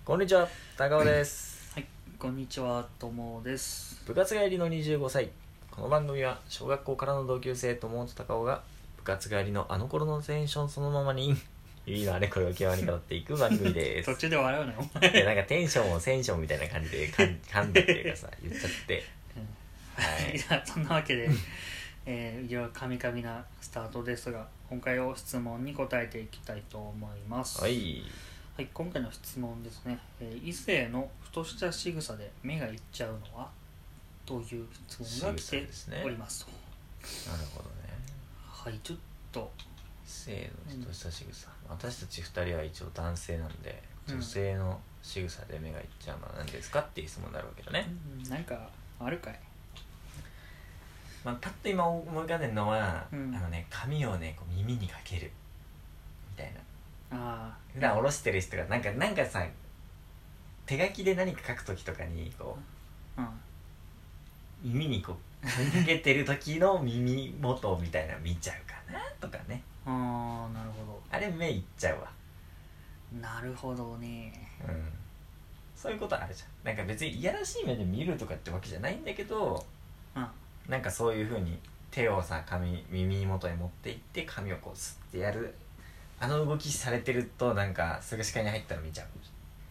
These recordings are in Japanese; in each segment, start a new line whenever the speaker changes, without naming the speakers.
こんにちは、高尾です。
はい、こんにちは、ともです。
部活帰りの25歳。この番組は小学校からの同級生ともと高尾が部活帰りのあの頃のテンションそのままにいいのあれこれを極まり変わっていく番組です。
途中で笑うなよ、お
で
前。
なんかテンションをセンションみたいな感じで噛んだっていうかさ言っちゃって、
はい、じゃあそんなわけで、いろいろカミカミなスタートですが、今回は質問に答えていきたいと思います。
はい、
はい、今回の質問ですね、異性のふとした仕草で目がいっちゃうのはという質問が来ておりますと。
なるほどね。
はい、ちょっと
異性のふとした仕草、私たち2人は一応男性なんで、女性の仕草で目がいっちゃうのは何ですかっていう質問になるわけだね。
なんかあるかい。
パッと今思い浮かんでるのは、髪をねこう耳にかけるみたいな。普段下ろしてる人がなんかさ、手書きで何か書く時とかにこう、耳にこうかけてる時の耳元みたいなの見ちゃうかなとかね。
なるほど。
あれ目いっちゃうわ。
なるほどね。
そういうことあるじゃん。なんか別にいやらしい目で見るとかってわけじゃないんだけど、なんかそういう風に手をさ耳元に持っていって髪をこうスッてやるあの動きされてると、なんかすぐ視界に入ったら見ちゃう。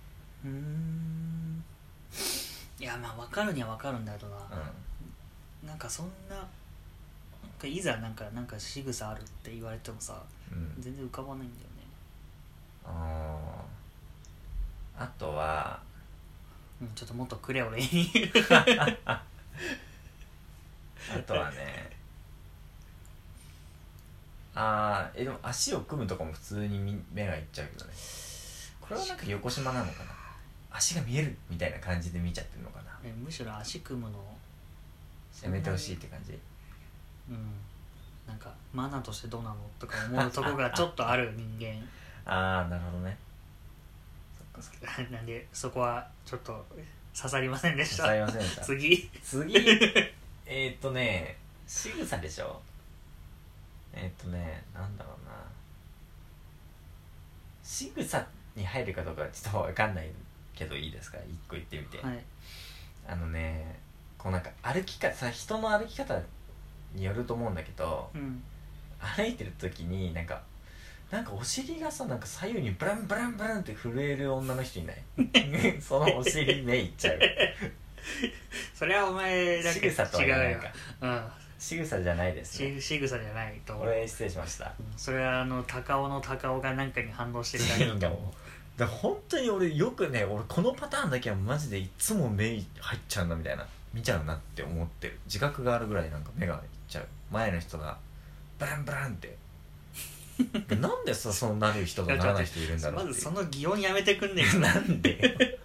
いや、まあ分かるには分かるんだけどな、なんかそんないざなんか仕草あるって言われてもさ、全然浮かばないんだよね。
あとは、
ちょっともっとくれ俺に
あとはね、でも足を組むとかも普通に目がいっちゃうけどね。これはなんか横島なのかな。足が見えるみたいな感じで見ちゃってるのかな。
むしろ足組むの
やめてほしいって感じ。
なんかマナーとしてどうなのとか思うとこがちょっとある人間
なるほどね。
そっかなんでそこはちょっと刺さりませんでした。
刺さりませんでした
次
仕草でしょ。なんだろうな、仕草に入るかどうかはちょっと分かんないけどいいですか、一個言ってみて。
はい。
こうなんか歩き方さ、人の歩き方によると思うんだけど、歩いてる時になんかお尻がさ、なんか左右にブランブランブランって震える女の人いないそのお尻目いっちゃう
それはお前だけ違うよ。
仕草とは言わないか。仕草じゃないですね。
仕草じゃないと思う。
これ失礼しました。
それは高尾が何かに反応してるだけだと思う。
だから本当に俺よくね、俺このパターンだけはマジでいつも目入っちゃうなみたいな、見ちゃうなって思ってる自覚があるぐらい、なんか目がいっちゃう。前の人がブランブランってなんでさ、そうなる人とならない人いるんだろうって。
まずその擬音やめてくんねえか
なんで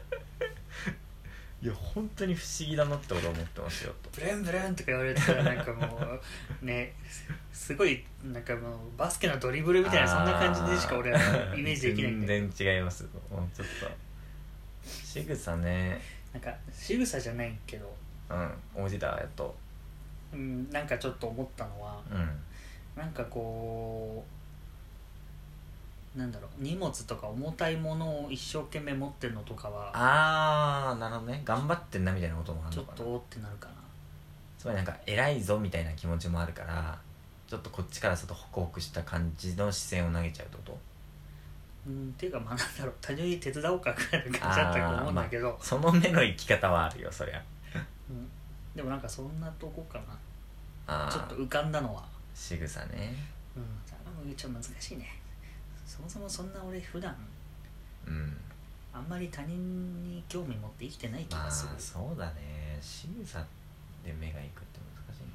いや本当に不思議だなって俺は思ってますよと。
ブレンブレンとか言われたらなんかもうね、すごいなんかもうバスケのドリブルみたいな、そんな感じでしか俺はイメージできないんだけど。
全然違います。もうちょっと仕草ね。
なんか仕草じゃないけど、
思いついた。やっと
なんかちょっと思ったのは、なんかこうなんだろう、荷物とか重たいものを一生懸命持ってるのとかは
なるほどね。頑張ってんなみたいなこともあるのかな。
ちょっとおってなるかな。
つまりなんか偉いぞみたいな気持ちもあるから、ちょっとこっちからするとホクホクした感じの視線を投げちゃうってこと。
っていうか、まあなんだろう、単純に手伝おうかくらいの感じだったと思うんだけど、
その目の生き方はあるよそりゃ。
でもなんかそんなとこかな。ちょっと浮かんだのは
仕草ね。
ちょっと難しいね。そもそもそんな俺普段あんまり他人に興味持って生きてない気がする。
そうだね。仕草で目がいくって難し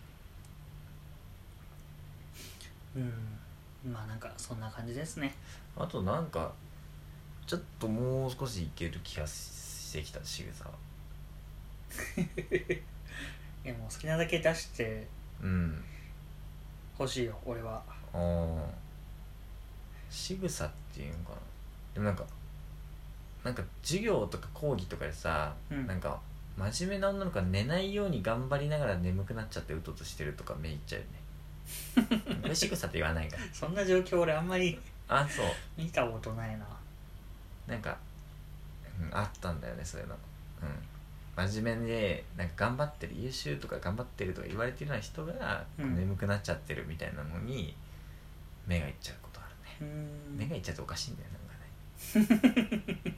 いね。
まあなんかそんな感じですね。
あとなんかちょっともう少しいける気がしてきた仕草
いやもう好きなだけ出して欲しいよ俺は。
仕草っていうのかな。でもなんか授業とか講義とかでさ、なんか真面目な女の子が寝ないように頑張りながら眠くなっちゃってうとうとしてるとか目いっちゃうよねこれ仕草って言わないから
そんな状況俺あんまり
そう
見たことないな。
なんかあったんだよねそういうの。真面目でなんか頑張ってる優秀とか頑張ってるとか言われてるような人が眠くなっちゃってるみたいなのに目がいっちゃうことあるね。目がいっちゃうとおかしいんだよなんかね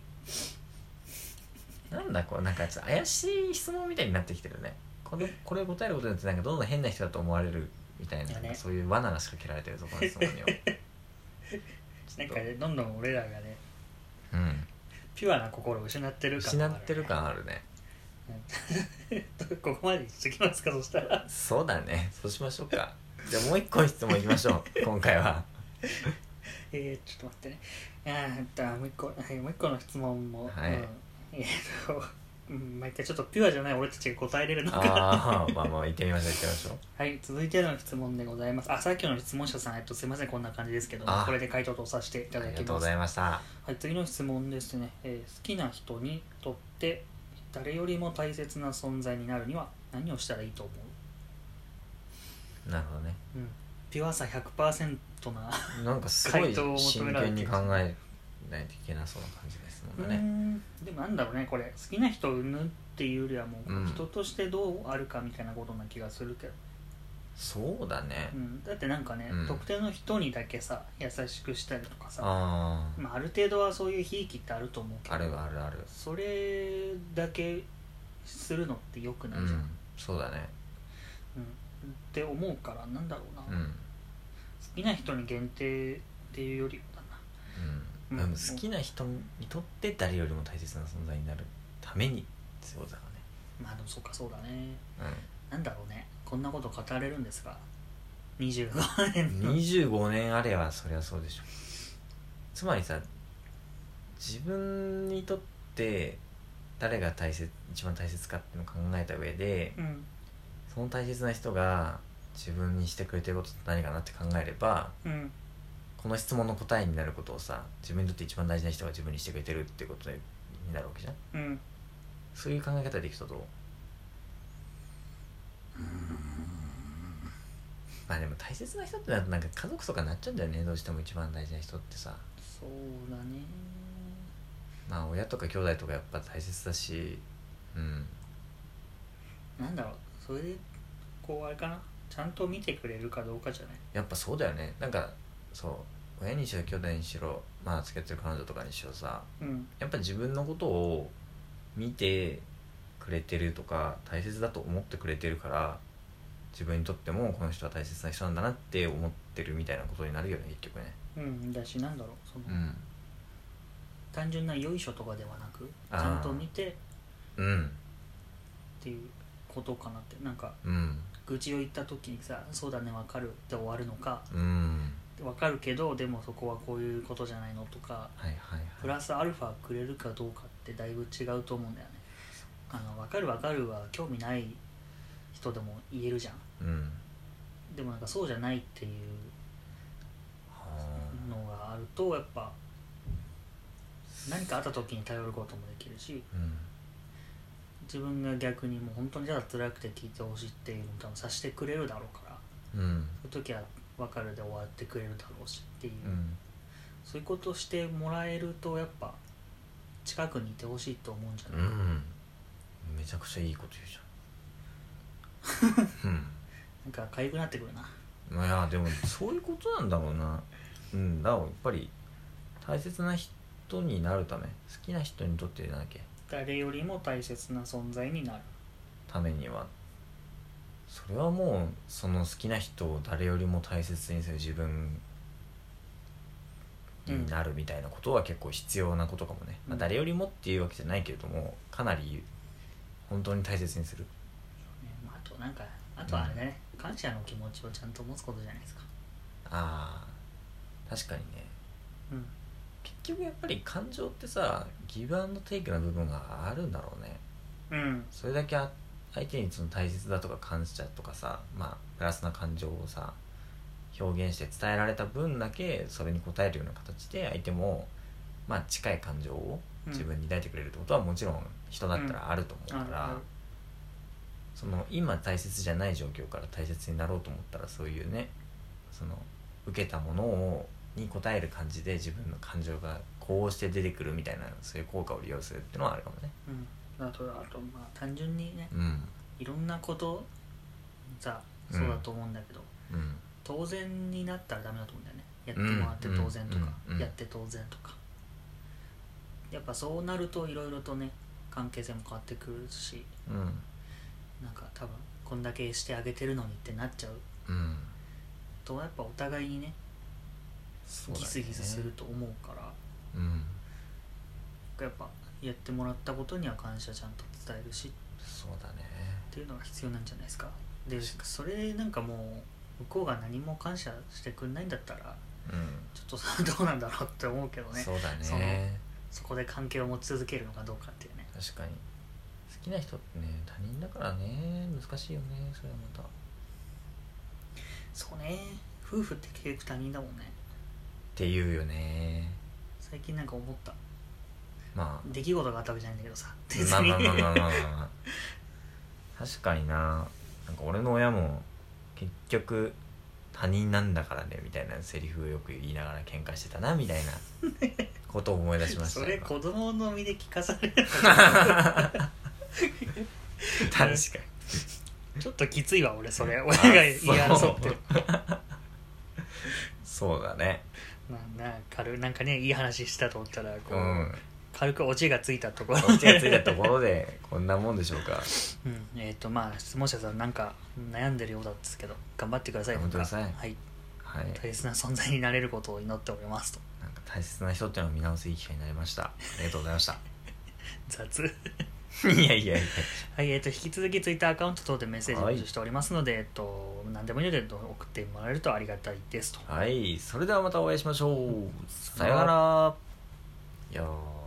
なんだこうなんかちょっと怪しい質問みたいになってきてるね。これを答えることによってなんかどんどん変な人だと思われるみたいな、ね、そういう罠が仕掛けられてるところの質問には
なんかねどんどん俺らがね、ピュアな心を失ってる
感あるね
ここまでしときますか。そしたら
そうだね、そうしましょうか。じゃあもう一個質問いきましょう今回は
ちょっと待ってね。もう一個の質問も、毎回ちょっとピュアじゃない俺たちが答えれるのか
まあ行ってみましょう
はい、続いての質問でございます。さっきの質問者さん、すいませんこんな感じですけどこれで回答とさせていただきます。
ありがとうございました。
はい、次の質問ですね、好きな人にとって誰よりも大切な存在になるには何をしたらいいと思
う？なるほどね、
ピュアさ 100%
なんかすごい真剣に考えないといけなそうな感じですもんね。
でもなんだろうね、これ好きな人を生むっていうよりはもう人としてどうあるかみたいなことな気がするけど、
そうだね、
だってなんかね、特定の人にだけさ優しくしたりとかさ、ある程度はそういうひいきってあると思うけど、
ある
それだけするのってよくないじゃん、
そうだね、
って思うからなんだろうな、好きな人に限定っていうよりだ
な、好きな人にとって誰よりも大切な存在になるためにそうだね。
でもそうだね、なんだろうね、こんなこと語れるんですが
25年あればそりゃそうでしょ。つまりさ、自分にとって誰が一番大切かっていうのを考えた上で、その大切な人が自分にしてくれてることって何かなって考えれば、この質問の答えになることをさ、自分にとって一番大事な人が自分にしてくれてるっていうことになるわけじゃん、そういう考え方でいくとどう？でも大切な人ってなるとなんか家族とかになっちゃうんだよね、どうしても一番大事な人ってさ。
そうだね、
親とか兄弟とかやっぱ大切だし、
なんだろう、それでこうあれかな、ちゃんと見てくれるかどうかじゃない？
やっぱそうだよね。なんかそう、親にしろ兄弟にしろ、付き合ってる彼女とかにしろさ、やっぱ自分のことを見てくれてるとか大切だと思ってくれてるから、自分にとってもこの人は大切な人なんだなって思ってるみたいなことになるよね、結局ね。
だしなんだろう、単純なよいしょとかではなくちゃんと見てっていうことかなって。なんか、愚痴を言った時にさ、そうだね分かるって終わるのか、分かるけどでもそこはこういうことじゃないのとか、プラスアルファくれるかどうかってだいぶ違うと思うんだよね。分かるは興味ない人でも言えるじゃん、でもなんかそうじゃないっていうのがあると、やっぱ何かあった時に頼ることもできるし、自分が逆にもう本当にじゃあ辛くて聞いてほしいっていうのを多分させてくれるだろうから、そういう時は分かるで終わってくれるだろうしっていう、そういうことしてもらえるとやっぱ近くにいてほしいと思うんじゃないかな、
めちゃくちゃいいこと言うじゃん
なんか痒くなってくるな。
いやでもそういうことなんだろうな。だからやっぱり大切な人になるため、好きな人にとってなんだっけ、
誰よりも大切な存在になる
ためには、それはもうその好きな人を誰よりも大切にする自分になるみたいなことは結構必要なことかもね、誰よりもっていうわけじゃないけれども、かなり本当に大切にする。
あとはあれね、感謝の気持ちをちゃんと持つことじゃないですか。
確かにね、結局やっぱり感情ってさ、ギブアンドテイクな部分があるんだろうね。それだけ相手にその大切だとか感謝とかさ、プラスな感情をさ表現して伝えられた分だけ、それに応えるような形で相手も近い感情を自分に抱いてくれるってことはもちろん人だったらあると思うから、その今大切じゃない状況から大切になろうと思ったら、そういうね、その受けたものに応える感じで自分の感情がこうして出てくるみたいな、そういう効果を利用するっていうのはあるかもね。
あとまあ単純にね、いろんなことさそうだと思うんだけど、当然になったらダメだと思うんだよね。やってもらって当然とか、やって当然とか、やっぱそうなるといろいろとね関係性も変わってくるし、なんか多分こんだけしてあげてるのにってなっちゃう、とやっぱお互いにねギスギスすると思うから、やっぱやってもらったことには感謝ちゃんと伝えるし、
そうだね
っていうのが必要なんじゃないですか。でそれなんかもう向こうが何も感謝してくんないんだったら、ちょっとそれどうなんだろうって思うけどね。
そうだね。
そこで関係を持ち続けるのかどうかっていうね。
確かに好きな人ってね他人だからね難しいよね。それはまた
そうね、夫婦って結局他人だもんね
っていうよね。
最近なんか思った。
まあ
出来事があったわけじゃないんだけどさ、
確かにな。なんか俺の親も結局他人なんだからねみたいなセリフをよく言いながら喧嘩してたなみたいなことを思い出しました
それ子供の身で聞かされる
確かに
ちょっときついわ俺それ。親が言い争ってる
そうだね。
なんかねいい話したと思ったらこう、軽くオチがついたところで
オチがついたところでこんなもんでしょうか。
まあ質問者さんなんか悩んでるようだったんですけど頑張ってください。
頑張ってください。
はい、大切な存在になれることを祈っておりますと。
なんか大切な人っていうのを見直すいい機会になりました。ありがとうございました
雑
いや
はい、引き続きツイッターアカウント等でメッセージを募集しておりますので、何でもいいので送ってもらえるとありがたいですと。
はい、それではまたお会いしましょう。さよなら。